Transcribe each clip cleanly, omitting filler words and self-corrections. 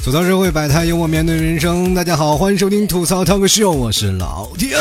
吐槽社会百态，幽默面对人生。大家好，欢迎收听吐槽talk show，我是老铁。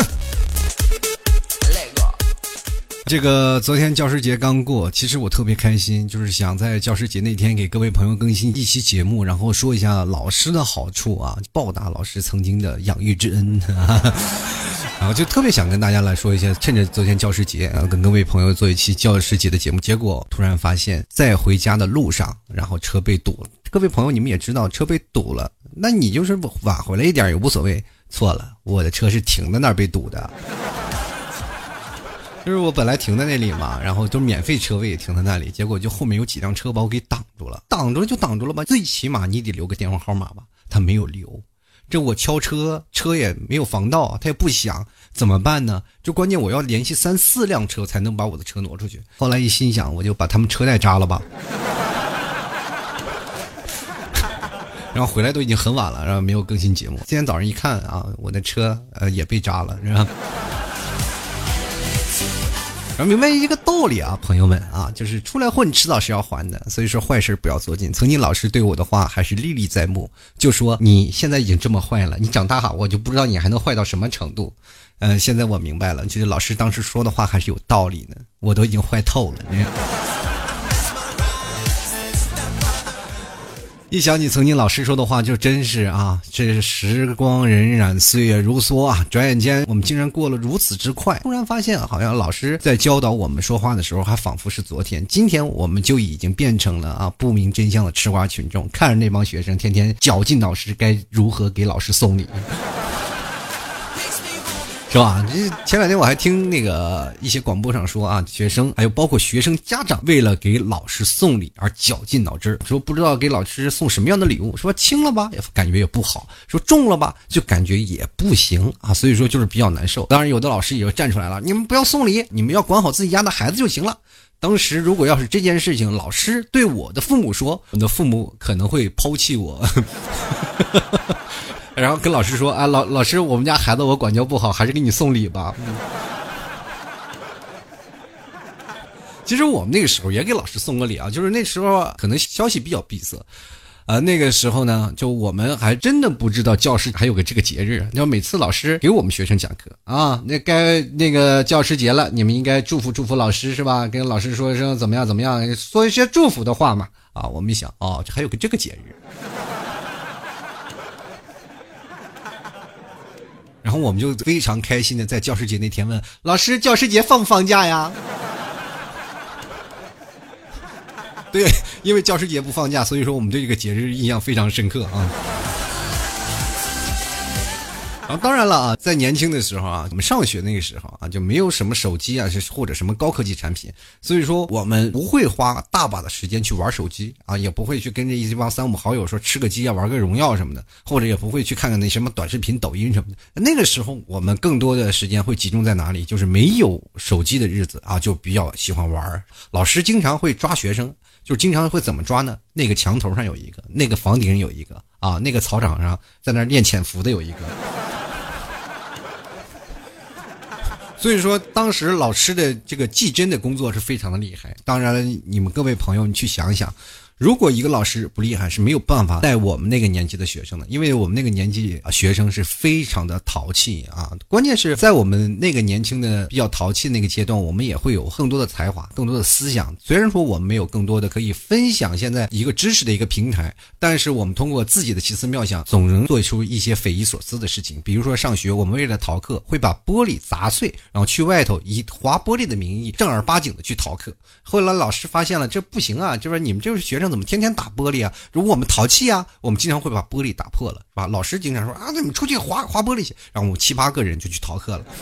这个昨天教师节刚过，其实我特别开心，就是想在教师节那天给各位朋友更新一期节目，然后说一下老师的好处啊，报答老师曾经的养育之恩。然后就特别想跟大家来说一下，趁着昨天教师节啊，跟各位朋友做一期教师节的节目。结果突然发现，在回家的路上，然后车被堵了。各位朋友，你们也知道，车被堵了，那你就是晚回来一点也无所谓。错了，我的车是停在那儿被堵的。就是我本来停在那里嘛，然后都免费车位停在那里，结果就后面有几辆车把我给挡住了，挡住了就挡住了吧，最起码你得留个电话号码吧，他没有留。这我敲车，车也没有防盗，他也不响，怎么办呢？就关键我要联系3、4辆车才能把我的车挪出去。后来一心想，我就把他们车带扎了吧。然后回来都已经很晚了，然后没有更新节目。今天早上一看啊，我的车也被扎了，然后明白一个道理啊，朋友们啊，就是出来混迟早是要还的，所以说坏事不要做尽。曾经老师对我的话还是历历在目，就说你现在已经这么坏了，你长大我就不知道你还能坏到什么程度。现在我明白了，就是老师当时说的话还是有道理的，我都已经坏透了。一想你曾经老师说的话，就真是啊，这时光荏苒，岁月如梭啊，转眼间我们竟然过了如此之快。突然发现好像老师在教导我们说话的时候还仿佛是昨天，今天我们就已经变成了啊不明真相的吃瓜群众，看着那帮学生天天绞尽脑汁该如何给老师送礼。是吧？前两天我还听那个一些广播上说啊，学生还有包括学生家长为了给老师送礼而绞尽脑汁，说不知道给老师送什么样的礼物，说轻了吧感觉也不好，说重了吧就感觉也不行啊，所以说就是比较难受。当然有的老师也就站出来了，你们不要送礼，你们要管好自己家的孩子就行了。当时如果要是这件事情老师对我的父母说，我的父母可能会抛弃我。然后跟老师说啊，老师，我们家孩子我管教不好，还是给你送礼吧。其实我们那个时候也给老师送过礼啊，就是那时候可能消息比较闭塞，那个时候呢，就我们还真的不知道教师还有个这个节日。要每次老师给我们学生讲课啊，那个教师节了，你们应该祝福老师是吧？跟老师说一声怎么样，说一些祝福的话嘛。啊，我们一想，哦，这还有个这个节日。然后我们就非常开心的在教师节那天问老师，教师节放不放假呀？对，因为教师节不放假，所以说我们对这个节日印象非常深刻啊。然后当然了啊，在年轻的时候啊，我们上学那个时候啊，就没有什么手机啊，或者什么高科技产品，所以说我们不会花大把的时间去玩手机啊，也不会去跟着一帮3、5好友说吃个鸡啊，玩个荣耀什么的，或者也不会去看看那什么短视频、抖音什么的。那个时候我们更多的时间会集中在哪里？就是没有手机的日子啊，就比较喜欢玩。老师经常会抓学生，就经常会怎么抓呢？那个墙头上有一个，那个房顶上有一个啊，那个草场上在那练潜伏的有一个。所以说当时老师的这个技侦的工作是非常的厉害。当然你们各位朋友你去想一想，如果一个老师不厉害是没有办法带我们那个年纪的学生的，因为我们那个年纪学生是非常的淘气啊。关键是在我们那个年轻的比较淘气那个阶段，我们也会有更多的才华，更多的思想。虽然说我们没有更多的可以分享现在一个知识的一个平台，但是我们通过自己的奇思妙想，总能做出一些匪夷所思的事情。比如说上学，我们为了逃课会把玻璃砸碎，然后去外头以划玻璃的名义正儿八经的去逃课。后来老师发现了这不行啊，就是你们这个学生怎么天天打玻璃啊？如果我们淘气啊，我们经常会把玻璃打破了，是吧？老师经常说啊，你们出去划玻璃去，然后我们7、8个人就去逃课了。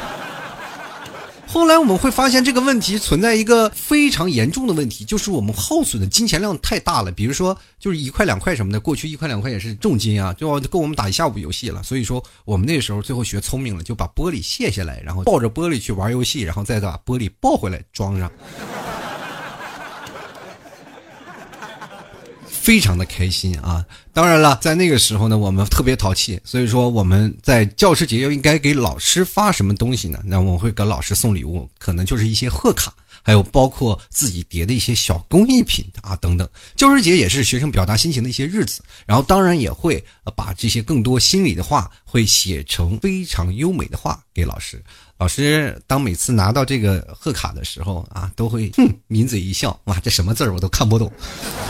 后来我们会发现这个问题存在一个非常严重的问题，就是我们耗损的金钱量太大了。比如说就是1块2块什么的，过去1块2块也是重金啊，就够我们打一下午游戏了。所以说我们那时候最后学聪明了，就把玻璃卸下来，然后抱着玻璃去玩游戏，然后再把玻璃抱回来装上。 非常的开心啊。当然了，在那个时候呢，我们特别淘气，所以说我们在教师节又应该给老师发什么东西呢？那我们会给老师送礼物，可能就是一些贺卡，还有包括自己叠的一些小工艺品啊等等。教师节也是学生表达心情的一些日子，然后当然也会把这些更多心里的话会写成非常优美的话给老师。老师当每次拿到这个贺卡的时候啊，都会抿嘴一笑，哇，这什么字儿我都看不懂。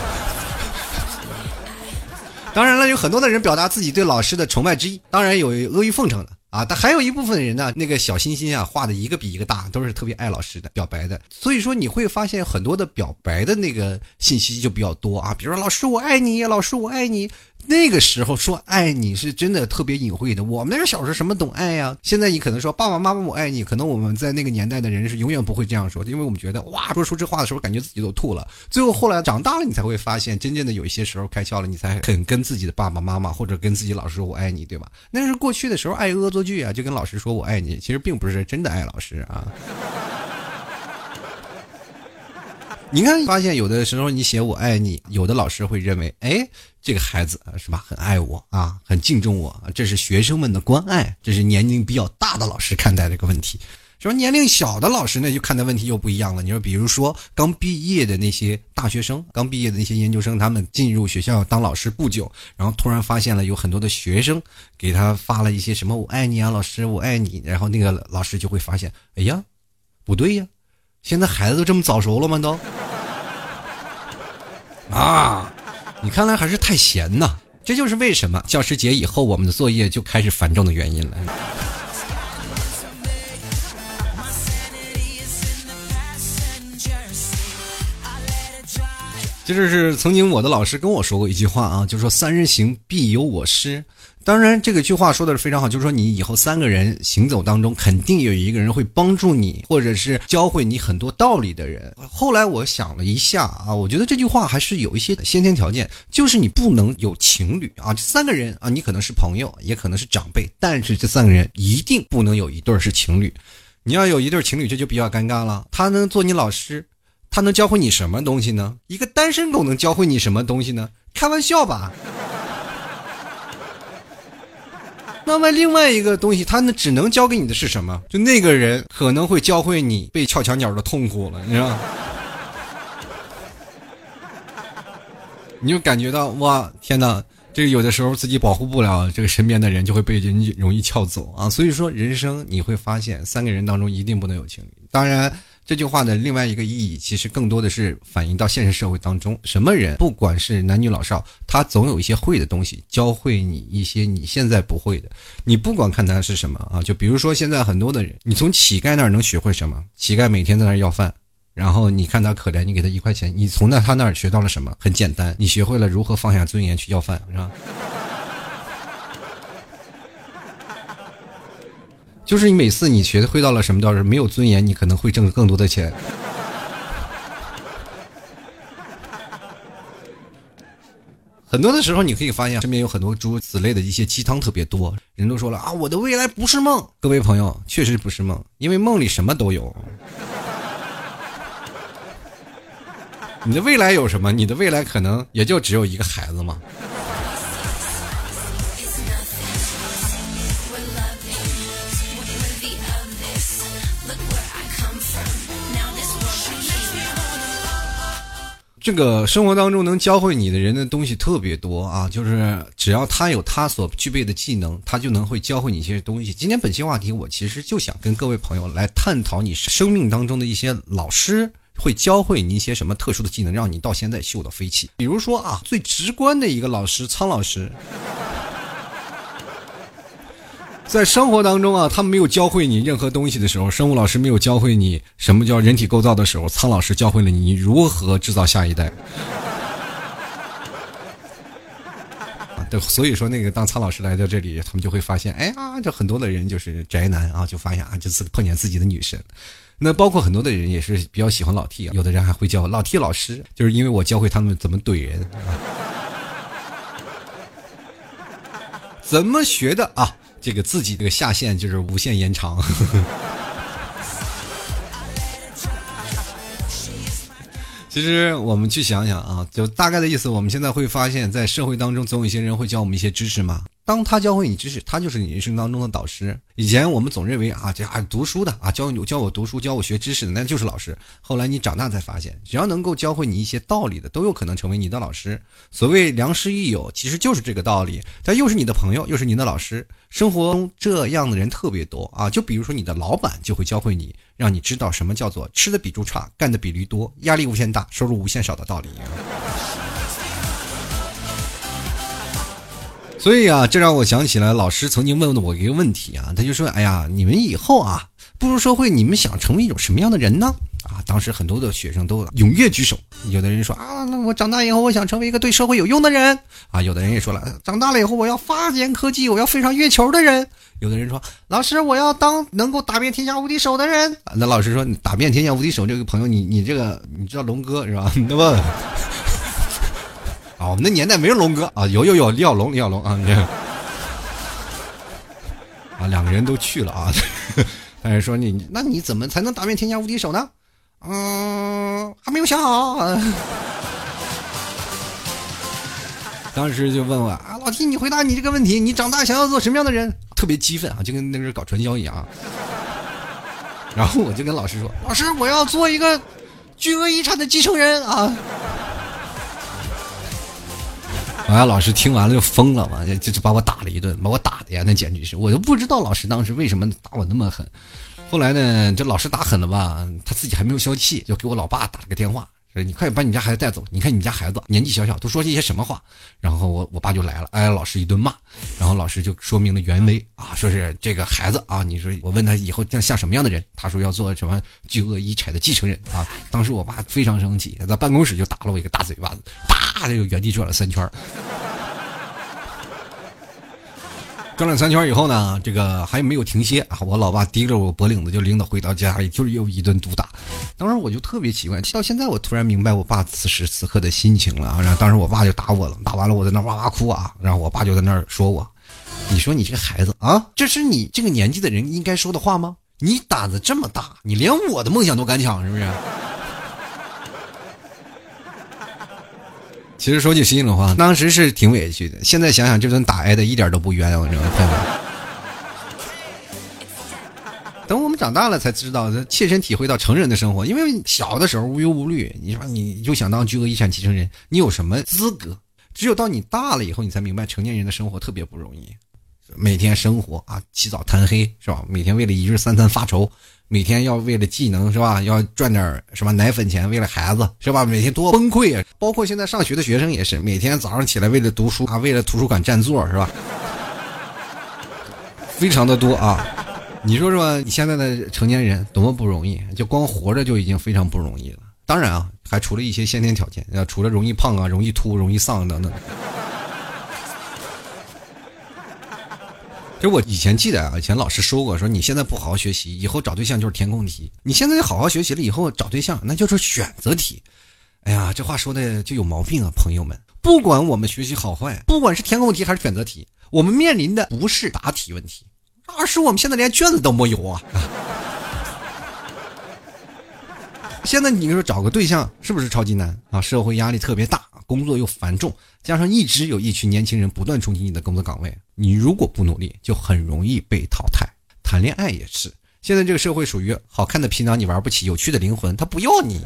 当然了，有很多的人表达自己对老师的崇拜之意，当然有阿谀奉承的啊，但还有一部分人呢，那个小心心啊，画的一个比一个大，都是特别爱老师的表白的。所以说你会发现很多的表白的那个信息就比较多啊，比如说老师我爱你，老师我爱你。那个时候说爱你是真的特别隐晦的，我们那小时候什么懂爱呀？现在你可能说爸爸妈妈我爱你，可能我们在那个年代的人是永远不会这样说的，因为我们觉得哇，说出这话的时候感觉自己都吐了。最后后来长大了，你才会发现真正的有一些时候开窍了，你才肯跟自己的爸爸妈妈或者跟自己老师说我爱你，对吧？那是过去的时候爱恶作剧啊，就跟老师说我爱你，其实并不是真的爱老师啊。你看发现有的时候你写我爱你，有的老师会认为这个孩子是吧很爱我啊，很敬重我，这是学生们的关爱，这是年龄比较大的老师看待这个问题。说年龄小的老师呢就看待问题又不一样了。你说比如说刚毕业的那些大学生，刚毕业的那些研究生，他们进入学校当老师不久，然后突然发现了有很多的学生给他发了一些什么我爱你啊老师我爱你，然后那个老师就会发现哎呀不对呀，现在孩子都这么早熟了吗都啊，你看来还是太闲呐。这就是为什么教师节以后我们的作业就开始繁重的原因了。这就是曾经我的老师跟我说过一句话啊，就是说三人行必有我师。当然这个句话说的是非常好，就是说你以后三个人行走当中肯定有一个人会帮助你，或者是教会你很多道理的人。后来我想了一下啊，我觉得这句话还是有一些先天条件，就是你不能有情侣啊，这三个人啊，你可能是朋友也可能是长辈，但是这三个人一定不能有一对是情侣。你要有一对情侣这就比较尴尬了，他能做你老师，他能教会你什么东西呢？一个单身狗能教会你什么东西呢？开玩笑吧。那么另外一个东西他呢只能教给你的是什么？就那个人可能会教会你被撬墙角的痛苦了，你知道吗？你就感觉到哇天哪，这个有的时候自己保护不了这个身边的人，就会被人容易撬走啊。所以说人生你会发现三个人当中一定不能有情侣。当然这句话的另外一个意义其实更多的是反映到现实社会当中，什么人不管是男女老少，他总有一些会的东西教会你一些你现在不会的。你不管看他是什么啊，就比如说现在很多的人，你从乞丐那儿能学会什么？乞丐每天在那儿要饭，然后你看他可怜，你给他1块钱，你从他那儿学到了什么？很简单，你学会了如何放下尊严去要饭，是吧？就是你每次你学会到了什么道理，没有尊严你可能会挣更多的钱。很多的时候你可以发现身边有很多诸如此类的一些鸡汤特别多，人都说了啊，我的未来不是梦。各位朋友，确实不是梦，因为梦里什么都有。你的未来有什么？你的未来可能也就只有一个孩子嘛。这个生活当中能教会你的人的东西特别多啊，就是只要他有他所具备的技能，他就能会教会你一些东西。今天本期话题我其实就想跟各位朋友来探讨你生命当中的一些老师会教会你一些什么特殊的技能，让你到现在秀到飞起。比如说啊，最直观的一个老师，苍老师。在生活当中啊，他们没有教会你任何东西的时候，生物老师没有教会你什么叫人体构造的时候，苍老师教会了你如何制造下一代。对，所以说那个当苍老师来到这里，他们就会发现，哎呀，这很多的人就是宅男啊，就发现啊，这次碰见自己的女神。那包括很多的人也是比较喜欢老 T 啊，有的人还会叫老 T 老师，就是因为我教会他们怎么怼人啊。怎么学的啊？这个自己这个下限就是无限延长。 其实我们去想想啊，就大概的意思，我们现在会发现，在社会当中总有一些人会教我们一些知识嘛。当他教会你知识，他就是你人生当中的导师。以前我们总认为啊，这读书的啊，教我读书，教我学知识的，那就是老师。后来你长大才发现，只要能够教会你一些道理的，都有可能成为你的老师。所谓良师益友，其实就是这个道理。他又是你的朋友，又是你的老师。生活中这样的人特别多啊，就比如说你的老板就会教会你，让你知道什么叫做吃的比猪差，干的比驴多，压力无限大，收入无限少的道理。所以啊，这让我想起来老师曾经问我一个问题啊，他就说，哎呀，你们以后啊步入社会，你们想成为一种什么样的人呢？啊，当时很多的学生都踊跃举手，有的人说啊，那我长大以后我想成为一个对社会有用的人啊，有的人也说了，长大了以后我要发展科技，我要飞上月球的人。有的人说，老师我要当能够打遍天下无敌手的人。那老师说，你打遍天下无敌手这个朋友，你这个你知道龙哥是吧？那么啊，我们那年代没有龙哥啊，有李小龙啊，这个啊，两个人都去了啊。但是说那你怎么才能打遍天下无敌手呢？还没有想好。当时就问我啊，老T，你回答你这个问题，你长大想要做什么样的人？特别激愤啊，就跟那个搞传销一样。然后我就跟老师说，老师，我要做一个巨额遗产的继承人啊。完了，老师听完了就疯了嘛，就把我打了一顿，把我打的呀，那简直是，我都不知道老师当时为什么打我那么狠。后来呢，这老师打狠了吧，他自己还没有消气，就给我老爸打了个电话，说你快把你家孩子带走，你看你家孩子年纪小小都说这些什么话。然后我爸就来了，挨了老师一顿骂，然后老师就说明了原委啊，说是这个孩子啊，你说我问他以后像什么样的人，他说要做什么巨额遗产的继承人啊。当时我爸非常生气，在办公室就打了我一个大嘴巴子，啪就原地转了3圈。转了3圈以后呢，这个还没有停歇啊！我老爸提着我脖领子就领导回到家里，就是又一顿毒打。当时我就特别奇怪，到现在我突然明白我爸此时此刻的心情了。然后当时我爸就打我了，打完了我在那哇哇哭啊，然后我爸就在那儿说我：“你说你这个孩子啊，这是你这个年纪的人应该说的话吗？你胆子这么大，你连我的梦想都敢抢，是不是？”其实说句心里话，当时是挺委屈的。现在想想，这顿打挨的一点都不冤枉，你知道吗？等我们长大了才知道，切身体会到成人的生活。因为小的时候无忧无虑，你说你就想当巨额遗产继承人，你有什么资格？只有到你大了以后，你才明白成年人的生活特别不容易。每天生活啊，起早贪黑是吧？每天为了一日三餐发愁。每天要为了技能是吧，要赚点什么奶粉钱，为了孩子是吧，每天多崩溃啊！包括现在上学的学生也是，每天早上起来为了读书啊，为了图书馆占座是吧，非常的多啊。你说说你现在的成年人多么不容易，就光活着就已经非常不容易了。当然啊，还除了一些先天条件，除了容易胖啊，容易秃，容易丧等等。其实我以前记得啊，以前老师说过，说你现在不好好学习，以后找对象就是填空题。你现在好好学习了以后找对象，那就是选择题。哎呀，这话说的就有毛病啊，朋友们！不管我们学习好坏，不管是填空题还是选择题，我们面临的不是答题问题，而是我们现在连卷子都没有啊。现在你说找个对象是不是超级难啊？社会压力特别大，工作又繁重，加上一直有一群年轻人不断冲击你的工作岗位，你如果不努力就很容易被淘汰。谈恋爱也是，现在这个社会属于好看的皮囊你玩不起，有趣的灵魂他不要你。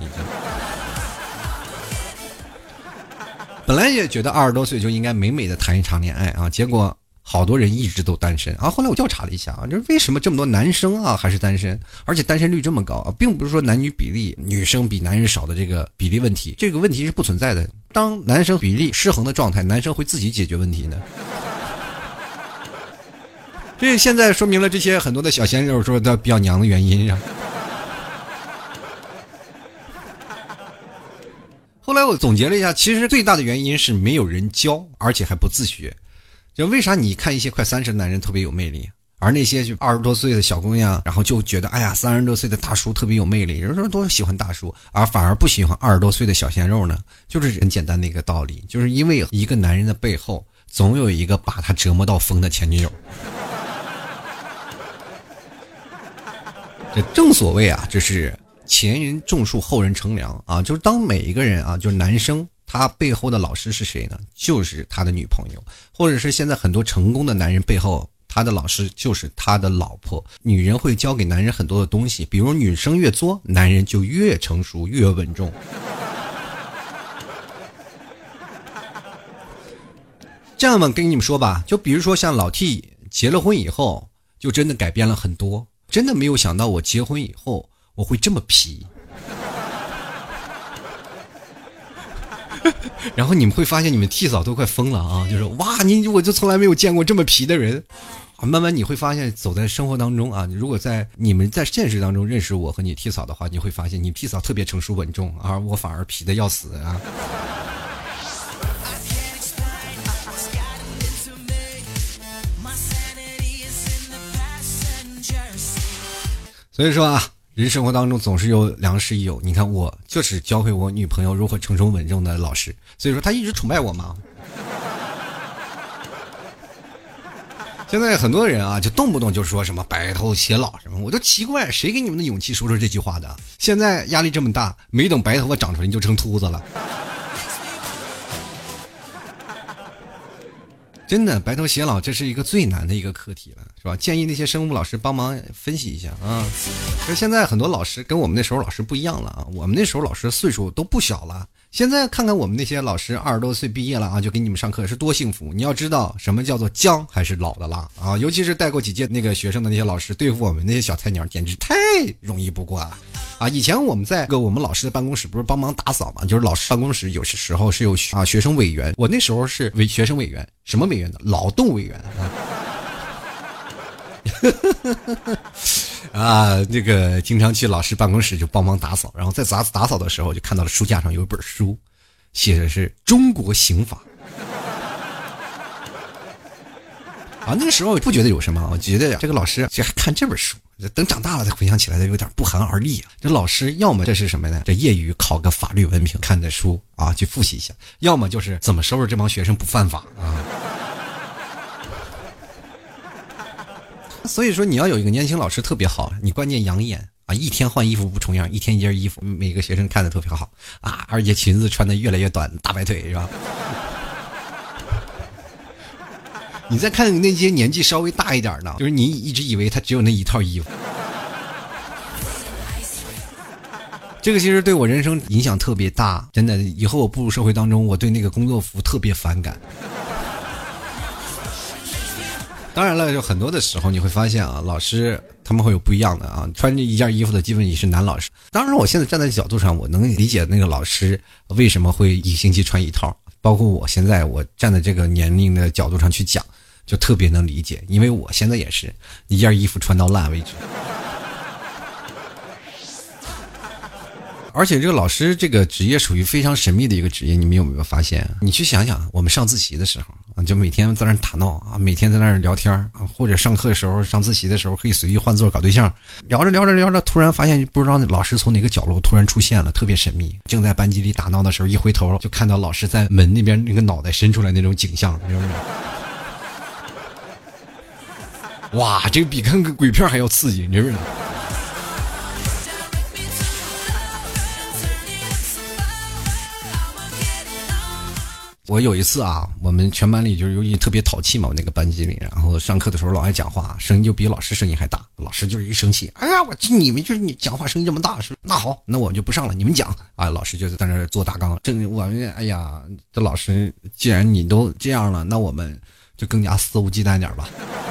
本来也觉得20多岁就应该美美的谈一场恋爱啊，结果好多人一直都单身啊。后来我调查了一下啊，就是为什么这么多男生啊还是单身，而且单身率这么高啊，并不是说男女比例女生比男人少的这个比例问题，这个问题是不存在的。当男生比例失衡的状态，男生会自己解决问题的。这现在说明了这些很多的小鲜肉说他比较娘的原因啊。后来我总结了一下，其实最大的原因是没有人教，而且还不自学。就为啥你看一些快30的男人特别有魅力，而那些就20多岁的小姑娘，然后就觉得哎呀30多岁的大叔特别有魅力，人说都喜欢大叔，而反而不喜欢20多岁的小鲜肉呢？就是很简单的一个道理，就是因为一个男人的背后总有一个把他折磨到疯的前女友。这正所谓啊，这是前人种树，后人乘凉啊，就是当每一个人啊，就是男生他背后的老师是谁呢？就是他的女朋友，或者是现在很多成功的男人背后他的老师就是他的老婆。女人会教给男人很多的东西，比如女生越作，男人就越成熟越稳重。这样吧，跟你们说吧，就比如说像老 T 结了婚以后，就真的改变了很多，真的没有想到我结婚以后我会这么皮。然后你们会发现你们 T 嫂都快疯了啊，就是哇，我就从来没有见过这么皮的人啊。慢慢你会发现走在生活当中啊，如果你们在现实当中认识我和你 T 嫂的话，你会发现你 T 嫂特别成熟稳重，而我反而皮的要死啊。所以说啊，人生活当中总是有良师益友，你看我就是教会我女朋友如何成熟稳重的老师，所以说她一直崇拜我嘛。现在很多人啊，就动不动就说什么白头偕老什么，我都奇怪谁给你们的勇气说出这句话的？现在压力这么大，没等白头发长出来你就成秃子了。真的白头偕老，这是一个最难的一个课题了，是吧？建议那些生物老师帮忙分析一下啊。就现在很多老师跟我们那时候老师不一样了啊，我们那时候老师岁数都不小了。现在看看我们那些老师20多岁毕业了啊，就给你们上课是多幸福！你要知道什么叫做姜还是老的辣啊！尤其是带过几届那个学生的那些老师，对付我们那些小菜鸟简直太容易不过了啊！以前我们在我们老师的办公室不是帮忙打扫嘛，就是老师办公室有些时候是有学生委员，我那时候是学生委员，什么委员呢？劳动委员啊。啊，那个经常去老师办公室就帮忙打扫，然后在打扫的时候就看到了书架上有一本书，写的是中国刑法。啊，那个时候不觉得有什么，我觉得这个老师这还看这本书，等长大了再回想起来，有点不寒而栗啊。这老师要么这是什么呢？这业余考个法律文凭，看的书啊去复习一下；要么就是怎么收拾这帮学生不犯法啊。所以说你要有一个年轻老师特别好，你关键养眼啊，一天换衣服不重样，一天一件衣服，每个学生看的特别好啊，而且裙子穿的越来越短，大白腿是吧？你再看那些年纪稍微大一点的，就是你一直以为他只有那一套衣服。这个其实对我人生影响特别大，真的，以后我步入社会当中，我对那个工作服特别反感。当然了，就很多的时候你会发现啊，老师他们会有不一样的啊，穿着一件衣服的基本也是男老师。当然我现在站在角度上，我能理解那个老师为什么会一个星期穿一套，包括我现在我站在这个年龄的角度上去讲，就特别能理解，因为我现在也是一件衣服穿到烂为止。而且这个老师这个职业属于非常神秘的一个职业，你们有没有发现？你去想想，我们上自习的时候啊，就每天在那打闹啊，每天在那聊天啊，或者上课的时候、上自习的时候可以随意换座搞对象，聊着，突然发现不知道老师从哪个角落突然出现了，特别神秘。正在班级里打闹的时候，一回头就看到老师在门那边那个脑袋伸出来那种景象，是不是？哇，这个比看个鬼片还要刺激，你知不知道？我有一次啊，我们全班里就是由于特别淘气嘛，我那个班级里，然后上课的时候老爱讲话，声音就比老师声音还大。老师就是一生气，哎呀，你们就是你讲话声音这么大，是那好，那我就不上了，你们讲啊。老师就在那做大纲，我们哎呀，这老师既然你都这样了，那我们就更加肆无忌惮点吧。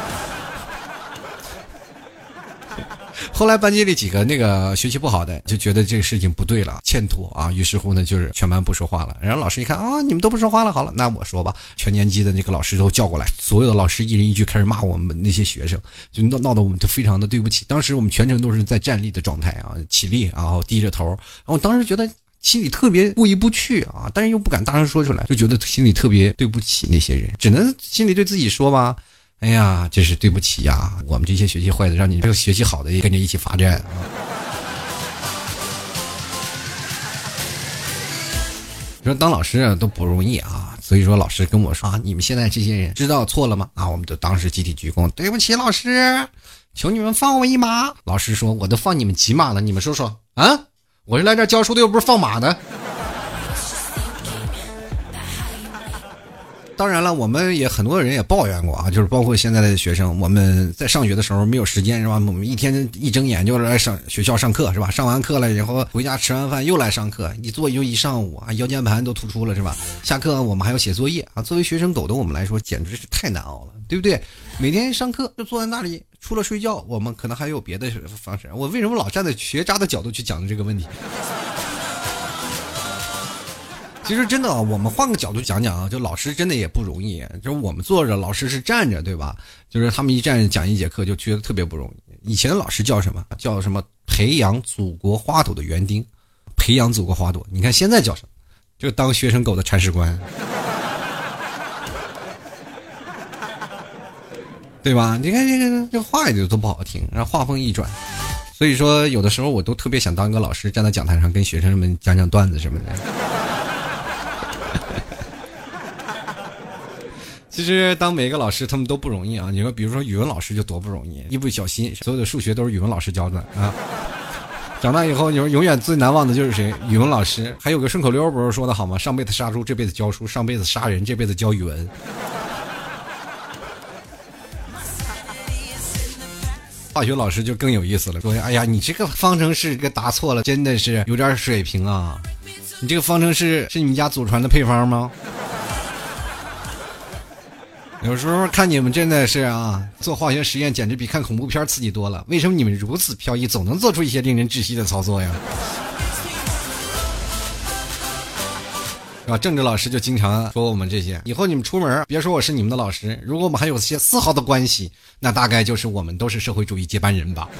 后来班级里几个那个学习不好的就觉得这个事情不对了，欠妥啊，于是乎呢就是全班不说话了。然后老师一看啊，你们都不说话了，好了，那我说吧。全年级的那个老师都叫过来，所有的老师一人一句开始骂我们那些学生，就闹得我们就非常的对不起。当时我们全程都是在站立的状态啊，起立然后低着头，然后当时觉得心里特别过意不去啊，但是又不敢大声说出来，就觉得心里特别对不起那些人，只能心里对自己说吧。哎呀，真是对不起呀！我们这些学习坏的，让你这个学习好的也跟着一起罚站啊！你说当老师啊都不容易啊，所以说老师跟我说啊，你们现在这些人知道错了吗？啊，我们就当时集体鞠躬，对不起老师，求你们放我一马。老师说我都放你们几马了，你们说说啊？ 我是来这教书的，又不是放马的。当然了，我们也很多人也抱怨过啊，就是包括现在的学生，我们在上学的时候没有时间是吧？我们一天一睁眼就来上学校上课是吧？上完课了以后回家吃完饭又来上课，一坐就一上午啊，腰间盘都突出了是吧？下课我们还要写作业啊，作为学生狗的我们来说简直是太难熬了，对不对？每天上课就坐在那里，除了睡觉，我们可能还有别的方式。我为什么老站在学渣的角度去讲这个问题？其实真的啊，我们换个角度讲讲啊，就老师真的也不容易，就是我们坐着，老师是站着，对吧？就是他们一站着讲一节课，就觉得特别不容易。以前的老师叫什么？叫什么？培养祖国花朵的园丁，培养祖国花朵。你看现在叫什么？就当学生狗的铲屎官，对吧？你看这话也就都不好听，然后话锋一转。所以说，有的时候我都特别想当一个老师，站在讲台上跟学生们讲讲段子什么的。其实当每个老师他们都不容易啊！你说，比如说语文老师就多不容易，一不小心所有的数学都是语文老师教的啊。长大以后，你说永远最难忘的就是谁？语文老师。还有个顺口溜不是说的好吗？上辈子杀猪，这辈子教书；上辈子杀人，这辈子教语文。化学老师就更有意思了，说：“哎呀，你这个方程式这个答错了，真的是有点水平啊！你这个方程式是你们家祖传的配方吗？”有时候看你们真的是啊，做化学实验简直比看恐怖片刺激多了。为什么你们如此飘逸，总能做出一些令人窒息的操作呀？是吧？政治老师就经常说我们这些，以后你们出门别说我是你们的老师，如果我们还有些丝毫的关系，那大概就是我们都是社会主义接班人吧。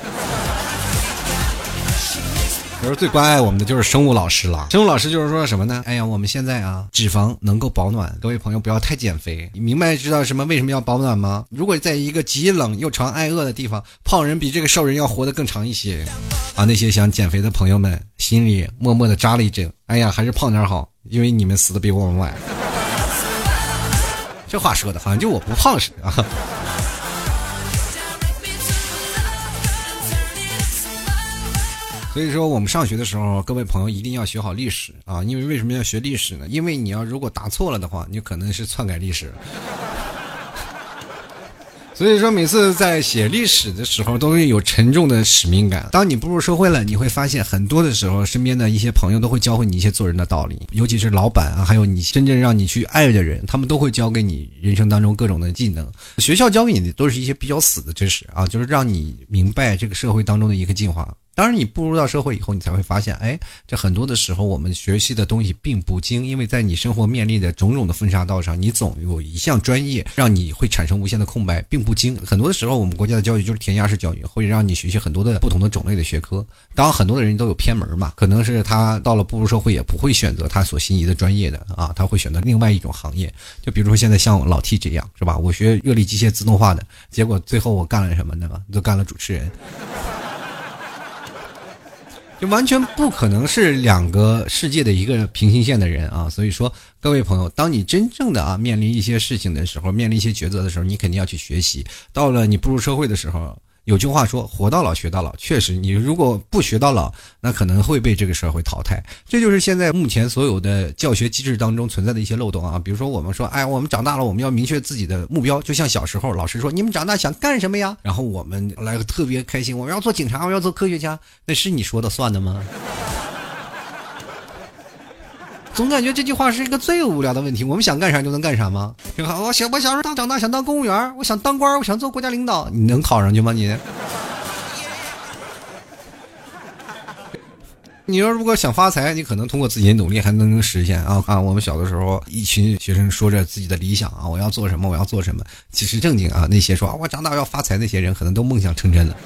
比如最关爱我们的就是生物老师了。生物老师就是说什么呢？哎呀，我们现在啊，脂肪能够保暖，各位朋友不要太减肥。你明白知道为什么要保暖吗？如果在一个极冷又常挨饿的地方，胖人比这个瘦人要活得更长一些啊。那些想减肥的朋友们心里默默的扎了一针，哎呀，还是胖点好，因为你们死的比我们晚。这话说的好像就我不胖似的啊。所以说我们上学的时候，各位朋友一定要学好历史啊！因为为什么要学历史呢？因为你要如果答错了的话，你可能是篡改历史。所以说每次在写历史的时候都会有沉重的使命感。当你步入社会了，你会发现很多的时候身边的一些朋友都会教会你一些做人的道理，尤其是老板啊，还有你真正让你去爱的人，他们都会教给你人生当中各种的技能。学校教给你的都是一些比较死的知识啊，就是让你明白这个社会当中的一个进化。当然你步入到社会以后，你才会发现，哎，这很多的时候我们学习的东西并不精，因为在你生活面临的种种的分岔道上，你总有一项专业让你会产生无限的空白，并不精。很多的时候我们国家的教育就是填鸭式教育，会让你学习很多的不同的种类的学科。当然很多的人都有偏门嘛，可能是他到了步入社会也不会选择他所心仪的专业的啊，他会选择另外一种行业。就比如说现在像老 T 这样，是吧？我学热力机械自动化的，结果最后我干了什么呢？就干了主持人。就完全不可能是两个世界的一个平行线的人啊！所以说，各位朋友，当你真正的面临一些事情的时候，面临一些抉择的时候，你肯定要去学习。到了你步入社会的时候，有句话说，活到老学到老。确实，你如果不学到老，那可能会被这个社会淘汰。这就是现在目前所有的教学机制当中存在的一些漏洞啊。比如说我们说，哎，我们长大了，我们要明确自己的目标。就像小时候老师说，你们长大想干什么呀？然后我们来个特别开心，我们要做警察，我要做科学家。那是你说的算的吗？总感觉这句话是一个最无聊的问题。我们想干啥就能干啥吗？我小时候长大想当公务员，我想当官，我想做国家领导，你能考上去吗？你说如果想发财，你可能通过自己的努力还能实现啊！我们小的时候，一群学生说着自己的理想啊，我要做什么，我要做什么。其实正经啊，那些说我长大要发财那些人，可能都梦想成真了。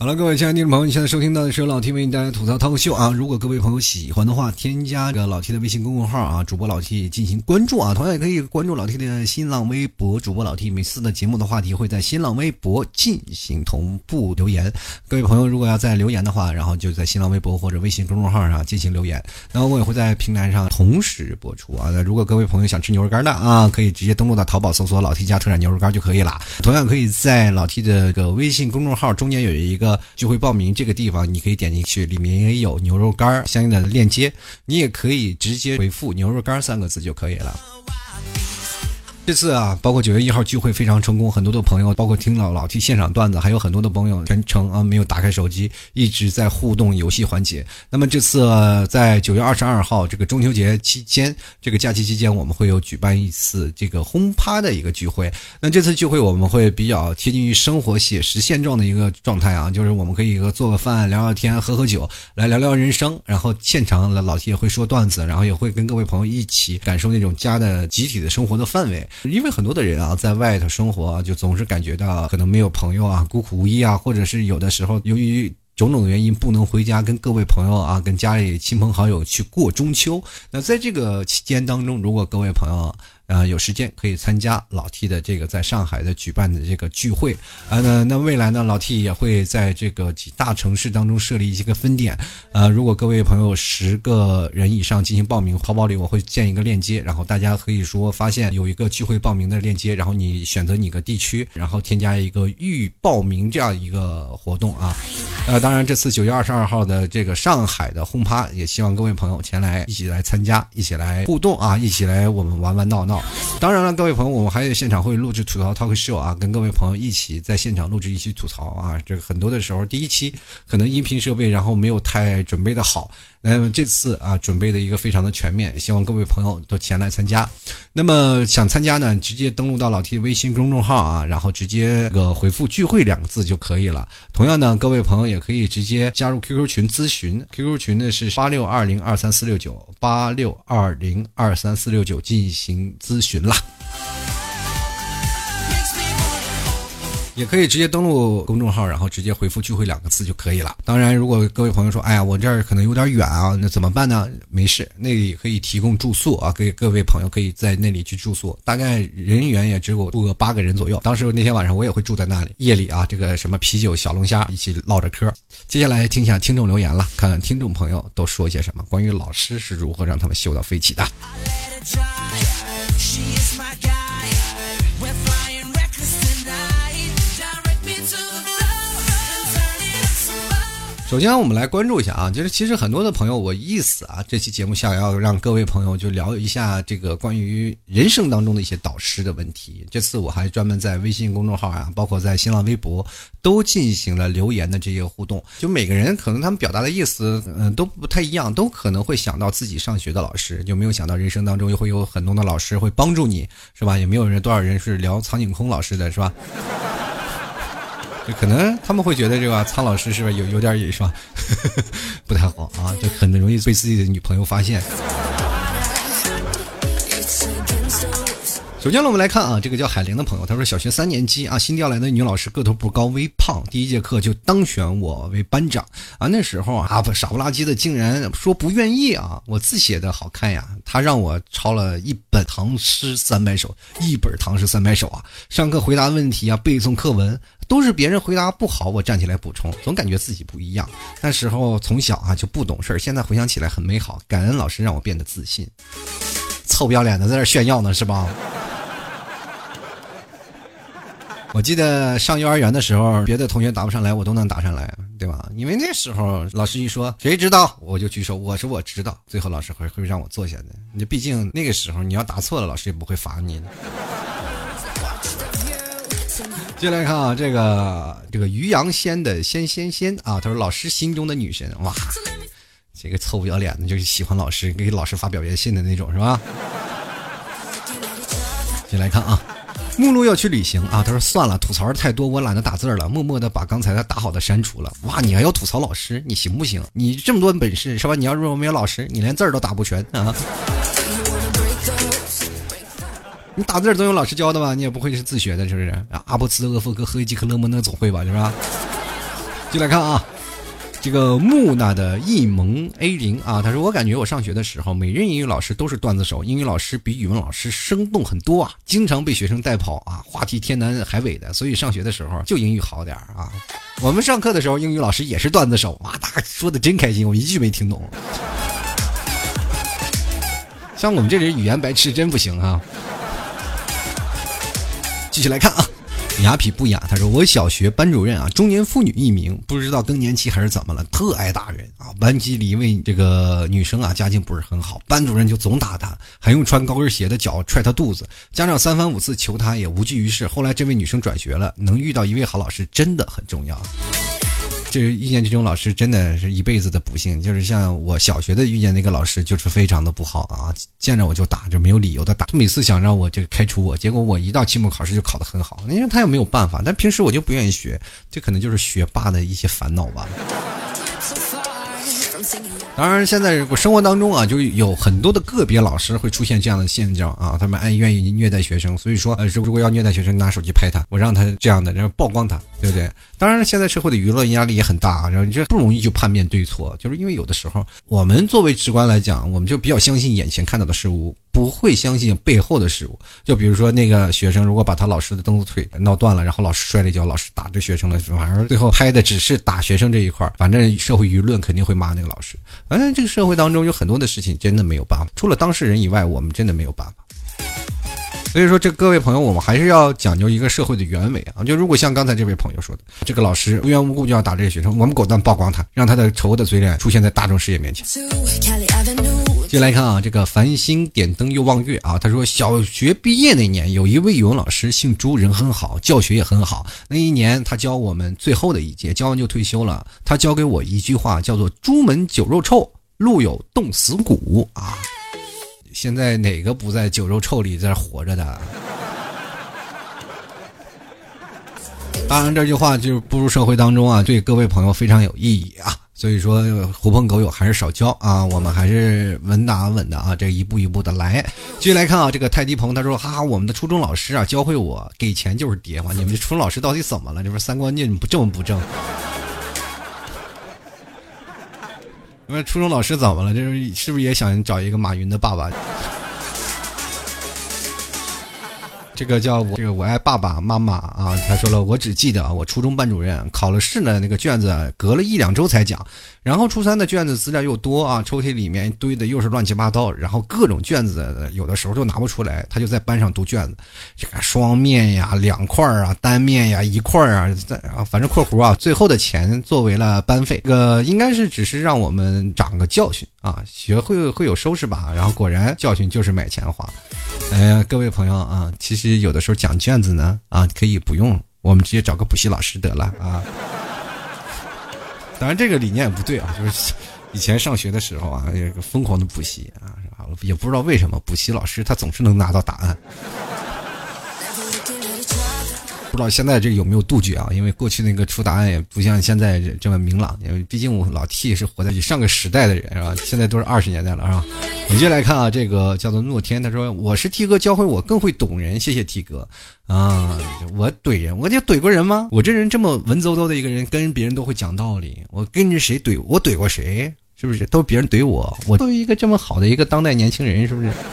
好了，各位亲爱的听众朋友，你现在收听到的是由老 T 为你带来吐槽涛秀啊。如果各位朋友喜欢的话，添加这个老 T 的微信公众号啊，主播老 T 进行关注啊。同样也可以关注老 T 的新浪微博，主播老 T 每次的节目的话题会在新浪微博进行同步留言。各位朋友如果要在留言的话，然后就在新浪微博或者微信公众号上进行留言，然后我也会在平台上同时播出啊。那如果各位朋友想吃牛肉干的啊，可以直接登录到淘宝搜索老 T 家特产牛肉干就可以了。同样可以在老 T 的这个微信公众号中间有一个聚会报名这个地方，你可以点进去，里面也有牛肉干相应的链接，你也可以直接回复牛肉干3个字就可以了。这次啊，包括9月1号聚会非常成功，很多的朋友包括听老 T 现场段子，还有很多的朋友全程啊没有打开手机，一直在互动游戏环节。那么这次在9月22号这个中秋节期间，这个假期期间，我们会有举办一次这个轰趴的一个聚会。那这次聚会我们会比较贴近于生活写实现状的一个状态啊，就是我们可以做个饭，聊聊天，喝喝酒，来聊聊人生，然后现场老 T 也会说段子，然后也会跟各位朋友一起感受那种家的集体的生活的氛围。因为很多的人啊，在外头生活啊，就总是感觉到可能没有朋友啊，孤苦无依啊，或者是有的时候由于种种原因不能回家跟各位朋友啊，跟家里亲朋好友去过中秋。那在这个期间当中，如果各位朋友有时间可以参加老 T 的这个在上海的举办的这个聚会那未来呢，老 T 也会在这个几大城市当中设立一些个分店如果各位朋友10个人以上进行报名，淘宝里我会建一个链接，然后大家可以说发现有一个聚会报名的链接，然后你选择你个地区，然后添加一个预报名这样一个活动啊。当然这次9月22号的这个上海的轰趴，也希望各位朋友前来一起来参加，一起来互动啊，一起来我们玩玩闹闹。当然了，各位朋友，我们还有现场会录制吐槽 talk show 啊，跟各位朋友一起在现场录制一期吐槽啊。这个很多的时候，第一期可能音频设备然后没有太准备的好，那么这次啊准备的一个非常的全面，希望各位朋友都前来参加。那么想参加呢，直接登录到老 T 微信公众号啊，然后直接回复聚会2个字就可以了。同样呢，各位朋友也可以直接加入 QQ 群咨询， QQ 群呢是8620234469 8620234469进行咨询啦。也可以直接登录公众号，然后直接回复聚会2个字就可以了。当然如果各位朋友说哎呀我这儿可能有点远啊，那怎么办呢？没事，那里可以提供住宿啊，给各位朋友可以在那里去住宿，大概人员也只有住个8个人左右。当时那天晚上我也会住在那里，夜里啊这个什么啤酒小龙虾一起唠着嗑。接下来听一下听众留言了，看看听众朋友都说些什么，关于老师是如何让他们秀到飞起的。首先我们来关注一下啊，就是其实很多的朋友我意思啊，这期节目想要让各位朋友就聊一下这个关于人生当中的一些导师的问题。这次我还专门在微信公众号啊，包括在新浪微博都进行了留言的这些互动，就每个人可能他们表达的意思都不太一样，都可能会想到自己上学的老师，就没有想到人生当中又会有很多的老师会帮助你，是吧？也没有人多少人是聊苍井空老师的，是吧？就可能他们会觉得这个苍老师是不是有点是吧不太好啊，就很容易被自己的女朋友发现。首先我们来看啊，这个叫海玲的朋友，他说小学3年级啊，新调来的女老师个头不高，微胖，第1节课就当选我为班长啊。那时候啊傻不拉几的竟然说不愿意啊，我字写的好看呀，他让我抄了一本唐诗300首，1本唐诗300首啊。上课回答问题啊，背诵课文都是别人回答不好我站起来补充，总感觉自己不一样。那时候从小啊就不懂事，现在回想起来很美好，感恩老师让我变得自信。臭不要脸的在这炫耀呢是吧？我记得上幼儿园的时候，别的同学答不上来我都能答上来，对吧？因为那时候老师一说谁知道我就举手，我说我知道，最后老师会让我坐下的。你毕竟那个时候你要答错了老师也不会罚你的。接下来看啊，这个于阳仙的仙啊，他说老师心中的女神，哇，这个臭不要脸的就是喜欢老师，给老师发表演信的那种是吧？接下来看啊，目录要去旅行啊，他说算了，吐槽太多我懒得打字了，默默的把刚才他打好的删除了。哇，你还要吐槽老师，你行不行？你这么多本事是吧？你要如果没有老师，你连字都打不全啊。你打字都有老师教的吧？你也不会是自学的，是不是？阿波茨、厄夫哥、赫伊基克勒莫那总会吧，是吧？ 就来看啊，这个木讷的一萌 A0啊，他说我感觉我上学的时候，每任英语老师都是段子手，英语老师比语文老师生动很多啊，经常被学生带跑啊，话题天南海北的，所以上学的时候就英语好点啊。我们上课的时候，英语老师也是段子手啊，他说的真开心，我一句没听懂。像我们这人语言白痴真不行啊。继续来看啊。雅痞不雅，他说我小学班主任啊，中年妇女一名，不知道更年期还是怎么了，特爱打人啊。班级里一位这个女生啊，家境不是很好，班主任就总打她，还用穿高跟鞋的脚踹她肚子，家长3番5次求她也无济于事。后来这位女生转学了，能遇到一位好老师真的很重要。这遇见这种老师真的是一辈子的不幸，就是像我小学的遇见那个老师就是非常的不好啊，见着我就打，就没有理由的打，每次想让我这个开除我，结果我一到期末考试就考得很好，因为他也没有办法，但平时我就不愿意学，这可能就是学霸的一些烦恼吧。当然现在生活当中啊，就有很多的个别老师会出现这样的现象啊，他们愿意虐待学生，所以说如果要虐待学生，拿手机拍他，我让他这样的，然后曝光他，对不对？当然现在社会的舆论压力也很大，然后这不容易就判别对错，就是因为有的时候我们作为直观来讲，我们就比较相信眼前看到的事物，不会相信背后的事物。就比如说那个学生如果把他老师的蹬子腿闹断了，然后老师摔了一跤，老师打这学生了，反而最后拍的只是打学生这一块，反正社会舆论肯定会骂那个老师。反正这个社会当中有很多的事情真的没有办法，除了当事人以外，我们真的没有办法。所以说这各位朋友，我们还是要讲究一个社会的原委啊。就如果像刚才这位朋友说的，这个老师无缘无故就要打这些学生，我们果断曝光他，让他的丑恶的嘴脸出现在大众视野面前。接来看啊，这个繁星点灯又望月啊，他说小学毕业那年，有一位语文老师姓朱，人很好，教学也很好。那一年他教我们最后的一节，教完就退休了。他教给我一句话，叫做朱门酒肉臭，路有冻死骨啊。现在哪个不在酒肉臭里在活着的？当然这句话就是步入社会当中啊，对各位朋友非常有意义啊。所以说狐朋狗友还是少交啊，我们还是稳打稳的啊，这一步一步的来。继续来看啊，这个泰迪鹏他说哈哈，我们的初中老师啊教会我给钱就是爹嘛，你们这初中老师到底怎么了？这不是三观念不正不正？你们初中老师怎么了？这是不是也想找一个马云的爸爸？这个叫我爱爸爸妈妈啊，他说了，我只记得我初中班主任考了试呢，那个卷子隔了1-2周才讲，然后初三的卷子资料又多啊，抽屉里面堆的又是乱七八糟，然后各种卷子有的时候就拿不出来，他就在班上读卷子，这个双面呀、2块啊、单面呀、1块啊，反正括弧啊，最后的钱作为了班费，这个应该是只是让我们长个教训啊，学会有收拾吧，然后果然教训就是买钱花。各位朋友啊，其实有的时候讲卷子呢啊，可以不用，我们直接找个补习老师得了啊。当然这个理念也不对啊，就是以前上学的时候啊，也疯狂的补习啊，也不知道为什么补习老师他总是能拿到答案。不知道现在这个有没有杜绝啊？因为过去那个出答案也不像现在这么明朗，因为毕竟我老 T 是活在上个时代的人是吧？现在都是20年代了是吧？我们接来看啊，这个叫做诺天，他说我是 T 哥教会我更会懂人，谢谢 T 哥啊！我怼人，我就怼过人吗？我这人这么文绉绉的一个人，跟别人都会讲道理，我跟着谁怼，我怼过谁？是不是都别人怼我？我作为一个这么好的一个当代年轻人，是不是？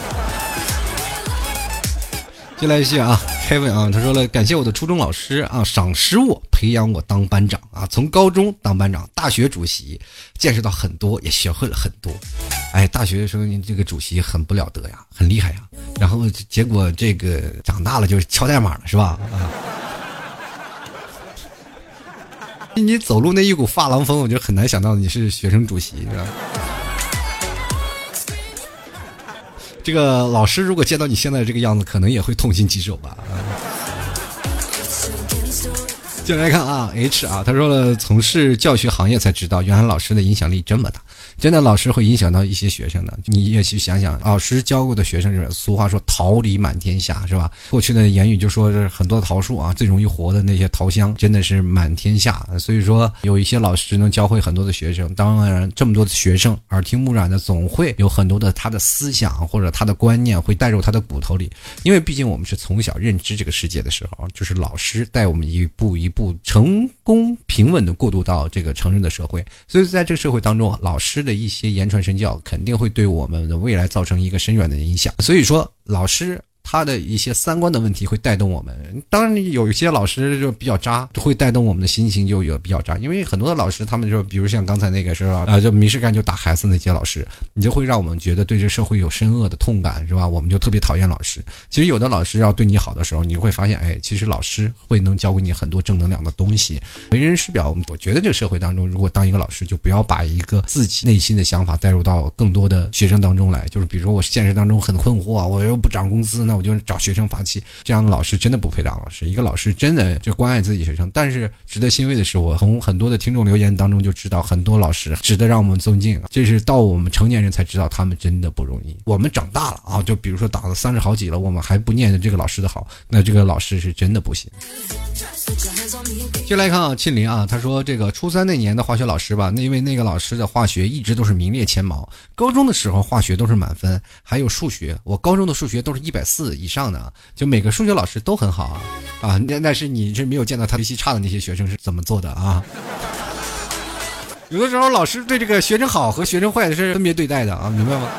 接来一些啊 ，Kevin 啊，他说了，感谢我的初中老师啊，赏识我，培养我当班长啊，从高中当班长，大学主席，见识到很多，也学会了很多。哎，大学的时候你这个主席很不了得呀，很厉害呀，然后结果这个长大了就是敲代码了，是吧？啊，你走路那一股发廊风，我就很难想到你是学生主席，是吧？这个老师如果见到你现在这个样子，可能也会痛心疾首吧。接来看啊 ，H 啊，他说了，从事教学行业才知道，原来老师的影响力这么大。 真的老师会影响到一些学生的。你也去想想，老师教过的学生是俗话说桃李满天下，是吧？过去的言语就说是很多桃树啊，最容易活的那些桃香真的是满天下。所以说有一些老师能教会很多的学生，当然这么多的学生耳听目染的，总会有很多的他的思想或者他的观念会带入他的骨头里。因为毕竟我们是从小认知这个世界的时候，就是老师带我们一步一步成功平稳的过渡到这个成人的社会。所以在这个社会当中，老师的一些言传身教肯定会对我们的未来造成一个深远的影响。所以说老师他的一些三观的问题会带动我们，当然有一些老师就比较渣，会带动我们的心情就有比较渣。因为很多的老师他们就比如像刚才那个是吧，就没事干就打孩子那些老师，你就会让我们觉得对这社会有深恶的痛感，是吧？我们就特别讨厌老师。其实有的老师要对你好的时候，你会发现其实老师会能教给你很多正能量的东西。为人师表，我觉得这个社会当中，如果当一个老师，就不要把一个自己内心的想法带入到更多的学生当中来。就是比如说我现实当中很困惑，我又不涨工资，那我就找学生发气，这样的老师真的不配当老师。一个老师真的就关爱自己学生。但是值得欣慰的是，我从很多的听众留言当中就知道，很多老师值得让我们尊敬，这是到我们成年人才知道他们真的不容易。我们长大了啊，就比如说打了30好几了，我们还不念着这个老师的好，那这个老师是真的不行。接来看庆林啊，他说这个初3那年的化学老师吧，因为那个老师的化学一直都是名列前茅，高中的时候化学都是满分，还有数学，我高中的数学都是140以上的，就每个数学老师都很好啊，但是你是没有见到他学习差的那些学生是怎么做的啊。有的时候老师对这个学生好和学生坏的是分别对待的啊，明白吗？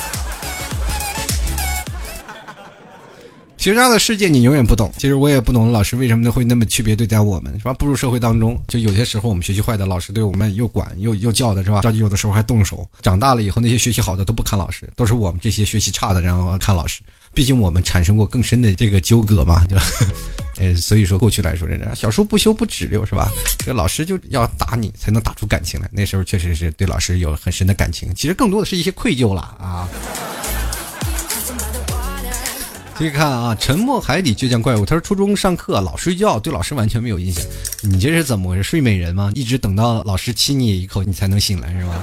学渣的世界你永远不懂，其实我也不懂老师为什么会那么区别对待我们，是吧？步入社会当中，就有些时候我们学习坏的老师对我们又管又教的，是吧？有的时候还动手。长大了以后，那些学习好的都不看老师，都是我们这些学习差的然后看老师。毕竟我们产生过更深的这个纠葛嘛，就所以说过去来说，小书不修不直溜，是吧？这个老师就要打你才能打出感情来，那时候确实是对老师有很深的感情，其实更多的是一些愧疚了啊。继续看啊，沉默海底倔强怪物，他说初中上课老睡觉，对老师完全没有印象。你这是怎么回事？睡美人吗？一直等到老师亲你一口你才能醒来是吗？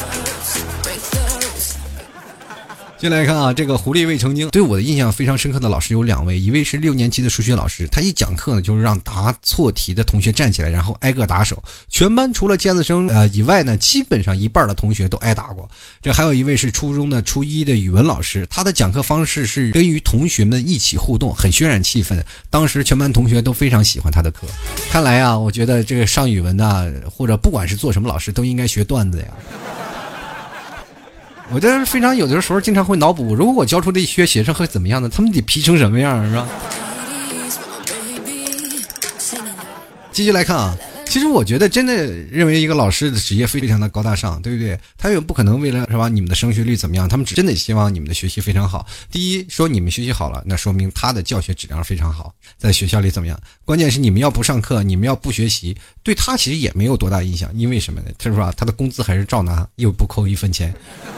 接来看啊，这个狐狸未成精对我的印象非常深刻的老师有2位，一位是6年级的数学老师，他一讲课呢就是让答错题的同学站起来，然后挨个打手，全班除了尖子生以外呢，基本上一半的同学都挨打过。这还有一位是初中的初1的语文老师，他的讲课方式是跟与同学们一起互动，很渲染气氛，当时全班同学都非常喜欢他的课。看来啊，我觉得这个上语文的或者不管是做什么老师都应该学段子呀。我这非常有的时候经常会脑补，如果我教出这些学生会怎么样呢？他们得皮成什么样，是吧？继续来看啊，其实我觉得真的认为一个老师的职业非常的高大上，对不对？他也不可能为了是吧你们的升学率怎么样，他们真的希望你们的学习非常好。第一，说你们学习好了，那说明他的教学质量非常好，在学校里怎么样？关键是你们要不上课，你们要不学习，对他其实也没有多大影响，因为什么呢？他说他的工资还是照拿，又不扣1分钱。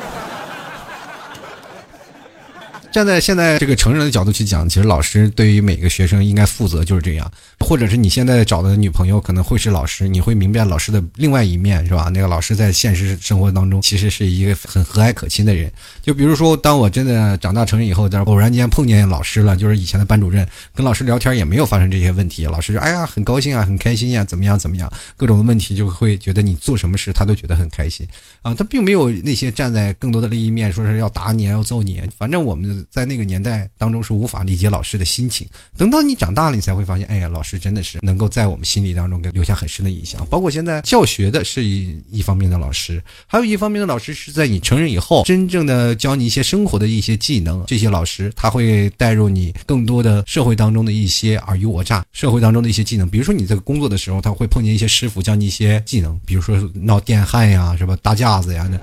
站在现在这个成人的角度去讲，其实老师对于每个学生应该负责，就是这样。或者是你现在找的女朋友可能会是老师，你会明白老师的另外一面，是吧？那个老师在现实生活当中其实是一个很和蔼可亲的人。就比如说当我真的长大成人以后，偶然间碰见老师了，就是以前的班主任，跟老师聊天也没有发生这些问题，老师说哎呀很高兴啊，很开心呀，怎么样怎么样，各种的问题就会觉得你做什么事他都觉得很开心啊。他并没有那些站在更多的利益面说是要打你要揍你，反正我们在那个年代当中是无法理解老师的心情。等到你长大了，你才会发现，哎呀，老师真的是能够在我们心里当中给留下很深的印象。包括现在教学的是一方面的老师，还有一方面的老师是在你成人以后，真正的教你一些生活的一些技能。这些老师他会带入你更多的社会当中的一些尔虞我诈，社会当中的一些技能。比如说你这个工作的时候，他会碰见一些师傅教你一些技能，比如说闹电焊呀，什么搭架子呀，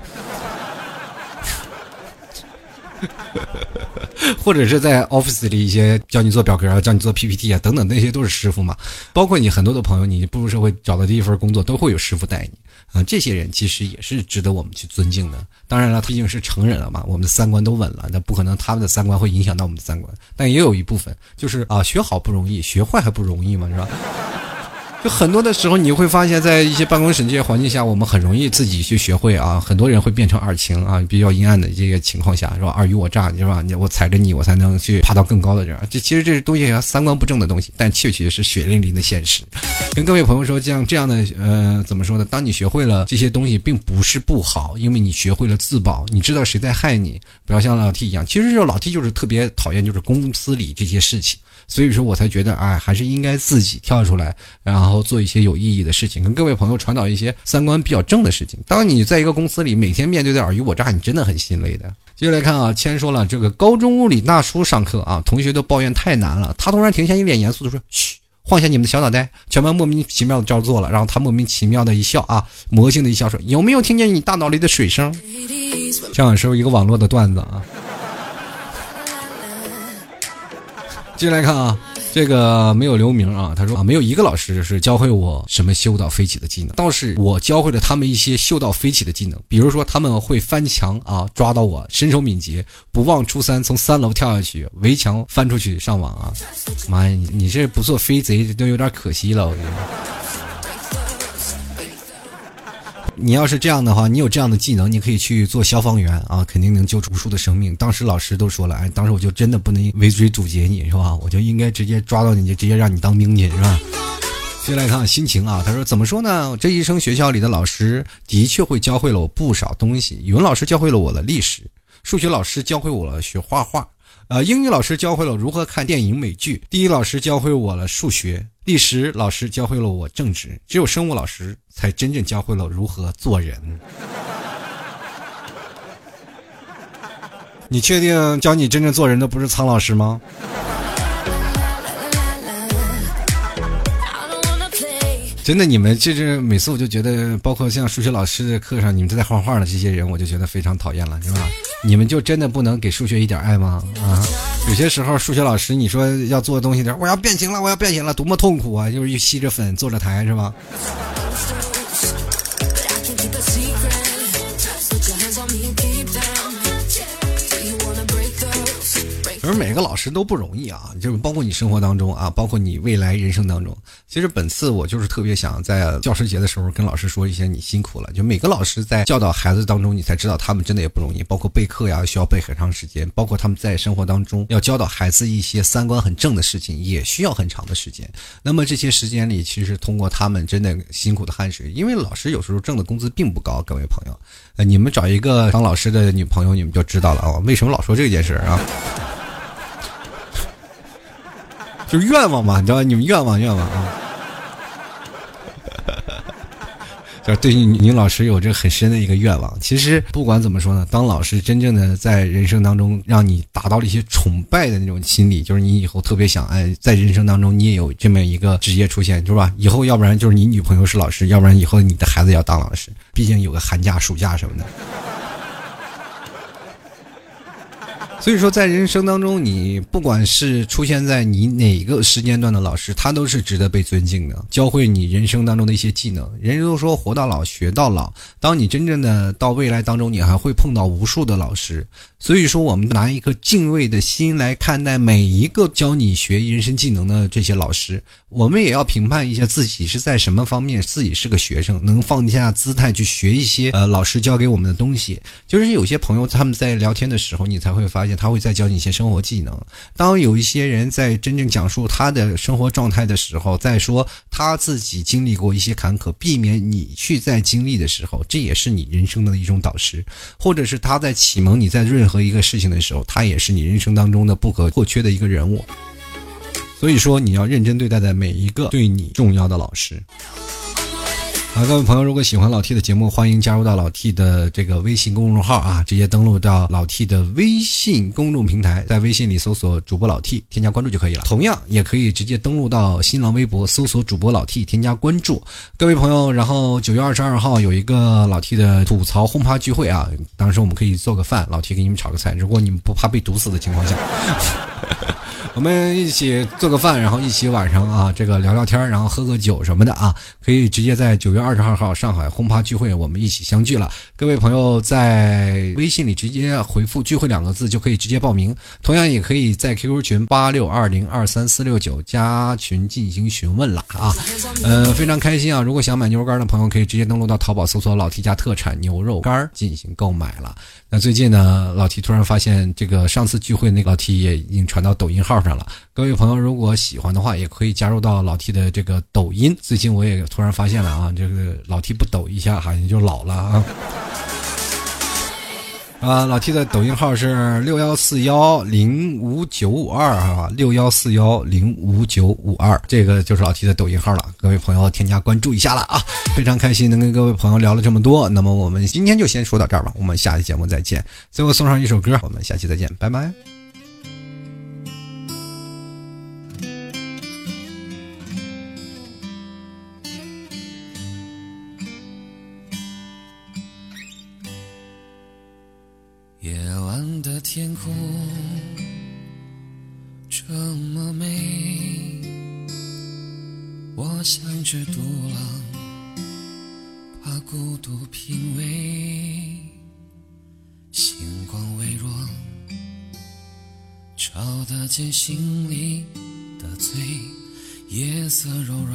或者是在 office 里一些教你做表格啊，教你做 PPT 啊等等，那些都是师傅嘛。包括你很多的朋友，你步入社会找的第一份工作都会有师傅带你啊，这些人其实也是值得我们去尊敬的。当然了，毕竟是成人了嘛，我们的三观都稳了，那不可能他们的三观会影响到我们的三观。但也有一部分就是啊，学好不容易，学坏还不容易嘛，是吧？ 就很多的时候你会发现在一些办公室这些环境下，我们很容易自己去学会啊，很多人会变成二情啊，比较阴暗的这个情况下是吧，尔虞我诈是吧，我踩着你我才能去爬到更高的人，这其实这是东西三观不正的东西，但确实是血淋淋的现实。跟各位朋友说，这样的怎么说呢，当你学会了这些东西并不是不好，因为你学会了自保，你知道谁在害你，不要像老 T 一样，其实老 T 就是特别讨厌就是公司里这些事情，所以说我才觉得还是应该自己跳出来，然后做一些有意义的事情，跟各位朋友传导一些三观比较正的事情。当你在一个公司里每天面对的尔虞我诈，你真的很心累的。接下来看啊，谦说了，这个高中物理大叔上课啊，同学都抱怨太难了，他突然停下，一脸严肃的说：“嘘，晃下你们的小脑袋。”全班莫名其妙的照做了，然后他莫名其妙的一笑啊，魔性的一笑说：“有没有听见你大脑里的水声？”这样是一个网络的段子啊。接下来看啊，这个没有留名啊，他说啊，没有一个老师是教会我什么修导飞起的技能，倒是我教会了他们一些修导飞起的技能，比如说他们会翻墙啊，抓到我，身手敏捷，不忘初三，从3楼跳下去，围墙翻出去上网啊。妈呀，你这不做飞贼都有点可惜了，我觉得。你要是这样的话，你有这样的技能，你可以去做消防员啊，肯定能救出无数的生命。当时老师都说了，当时我就真的不能围追堵截你，是吧？我就应该直接抓到你，就直接让你当兵去，是吧？接下来看心情啊，他说怎么说呢？这一生学校里的老师的确会教会了我不少东西，语文老师教会了我的历史，数学老师教会我了学画画。英语老师教会了如何看电影美剧，地理老师教会我了数学，历史老师教会了我政治，只有生物老师才真正教会了如何做人。你确定教你真正做人的不是苍老师吗？真的，你们这每次我就觉得，包括像数学老师的课上，你们在画画的这些人，我就觉得非常讨厌了，是吧？你们就真的不能给数学一点爱吗？啊，有些时候数学老师你说要做的东西，我要变形了，我要变形了，多么痛苦啊！就是吸着粉坐着台，是吧？而每个老师都不容易啊，就是包括你生活当中啊，包括你未来人生当中。其实本次我就是特别想在教师节的时候跟老师说一些你辛苦了，就每个老师在教导孩子当中，你才知道他们真的也不容易，包括备课呀，需要备很长时间，包括他们在生活当中要教导孩子一些三观很正的事情，也需要很长的时间。那么这些时间里，其实通过他们真的辛苦的汗水，因为老师有时候挣的工资并不高，各位朋友，你们找一个当老师的女朋友，你们就知道了啊，为什么老说这件事啊？就是愿望嘛，你知道吧？你们愿望啊，就是对女老师有这很深的一个愿望。其实不管怎么说呢，当老师真正的在人生当中让你达到了一些崇拜的那种心理，就是你以后特别想在人生当中你也有这么一个职业出现，是吧？以后要不然就是你女朋友是老师，要不然以后你的孩子要当老师，毕竟有个寒假暑假什么的。所以说在人生当中，你不管是出现在你哪个时间段的老师，他都是值得被尊敬的，教会你人生当中的一些技能。人都说活到老学到老，当你真正的到未来当中，你还会碰到无数的老师。所以说我们拿一颗敬畏的心来看待每一个教你学人生技能的这些老师，我们也要评判一下自己是在什么方面，自己是个学生，能放下姿态去学一些老师教给我们的东西。就是有些朋友他们在聊天的时候，你才会发现他会再教你一些生活技能。当有一些人在真正讲述他的生活状态的时候，再说他自己经历过一些坎坷，避免你去在经历的时候，这也是你人生的一种导师。或者是他在启蒙你在任何一个事情的时候，他也是你人生当中的不可或缺的一个人物。所以说你要认真对待的每一个对你重要的老师。好，各位朋友，如果喜欢老 T 的节目，欢迎加入到老 T 的这个微信公众号啊，直接登录到老 T 的微信公众平台，在微信里搜索主播老 T， 添加关注就可以了。同样也可以直接登录到新浪微博，搜索主播老 T， 添加关注。各位朋友，然后9月22号有一个老 T 的吐槽轰趴聚会啊，当时我们可以做个饭，老 T 给你们炒个菜，如果你们不怕被毒死的情况下我们一起做个饭，然后一起晚上啊这个聊聊天，然后喝个酒什么的啊，可以直接在9月22号上海轰趴聚会我们一起相聚了。各位朋友在微信里直接回复聚会2个字就可以直接报名，同样也可以在 QQ 群8620234469加群进行询问了啊。非常开心啊，如果想买牛肉干的朋友可以直接登录到淘宝搜索老 T 家特产牛肉干进行购买了。那最近呢，老 T 突然发现这个上次聚会那个老 T 也已经传到抖音号上了，各位朋友如果喜欢的话也可以加入到老 T 的这个抖音。最近我也突然发现了啊，这个老 T 不抖一下好像就老了啊。老 T 的抖音号是6141059552啊，6141059552，这个就是老 T 的抖音号了，各位朋友添加关注一下了啊！非常开心能跟各位朋友聊了这么多，那么我们今天就先说到这儿吧，我们下期节目再见。最后送上一首歌，我们下期再见，拜拜。 夜晚的天空这么美，我像只独狼，把孤独品味。星光微弱，照得见心里的罪，夜色柔软，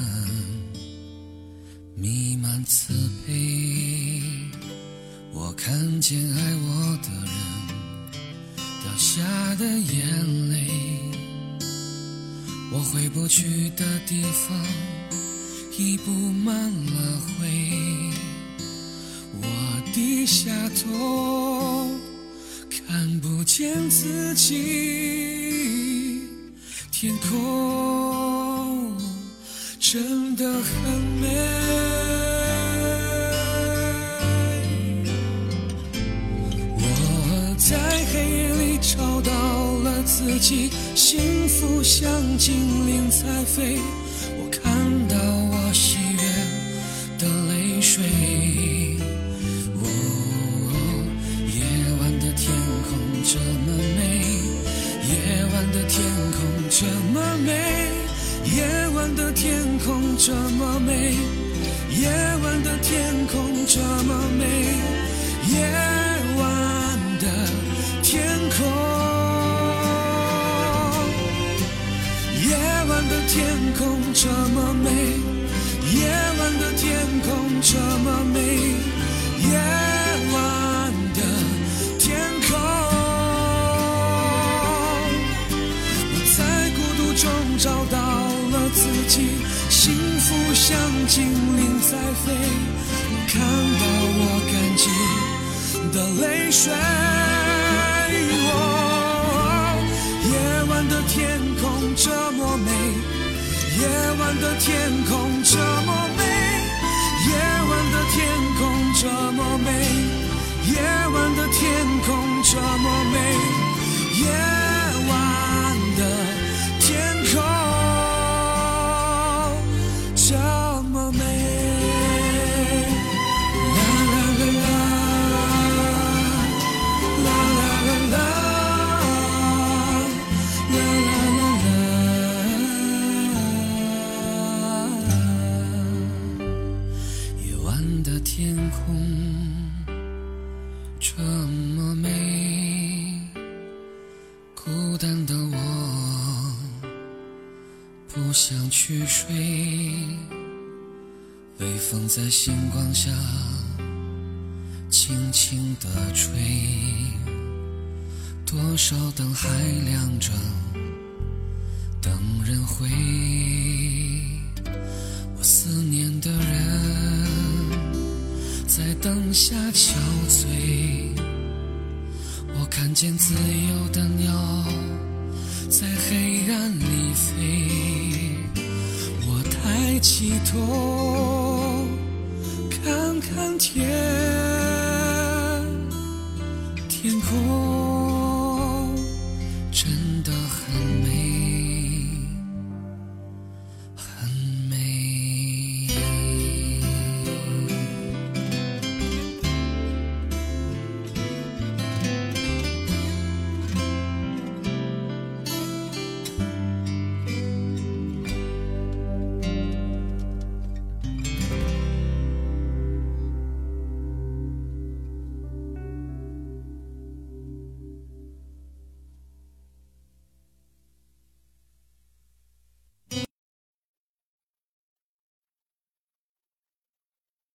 弥漫慈悲。我看见爱我的人掉下的眼泪，我回不去的地方已布满了灰。我低下头看不见自己，天空真的很美。在黑夜里找到了自己，幸福像精灵在飞，我看到我喜悦的泪水。夜晚的天空这么美，夜晚的天空这么美，夜晚的天空这么美，夜晚的天空这么美，夜晚的天空，夜晚的天空这么美，夜晚的天空这么美，夜晚的天空。我在孤独中找到了自己，幸福像精灵在飞，我看到我感激的泪水。夜晚的天空这么美，夜晚的天空这么美，夜晚的天空这么美，夜晚的天空这么美，夜晚的天空这么美。天空这么美，孤单的我不想去睡，微风在星光下轻轻地吹，多少灯还亮着等人回，我思念的人在灯下憔悴，我看见自由的鸟在黑暗里飞，我抬起头看看天空。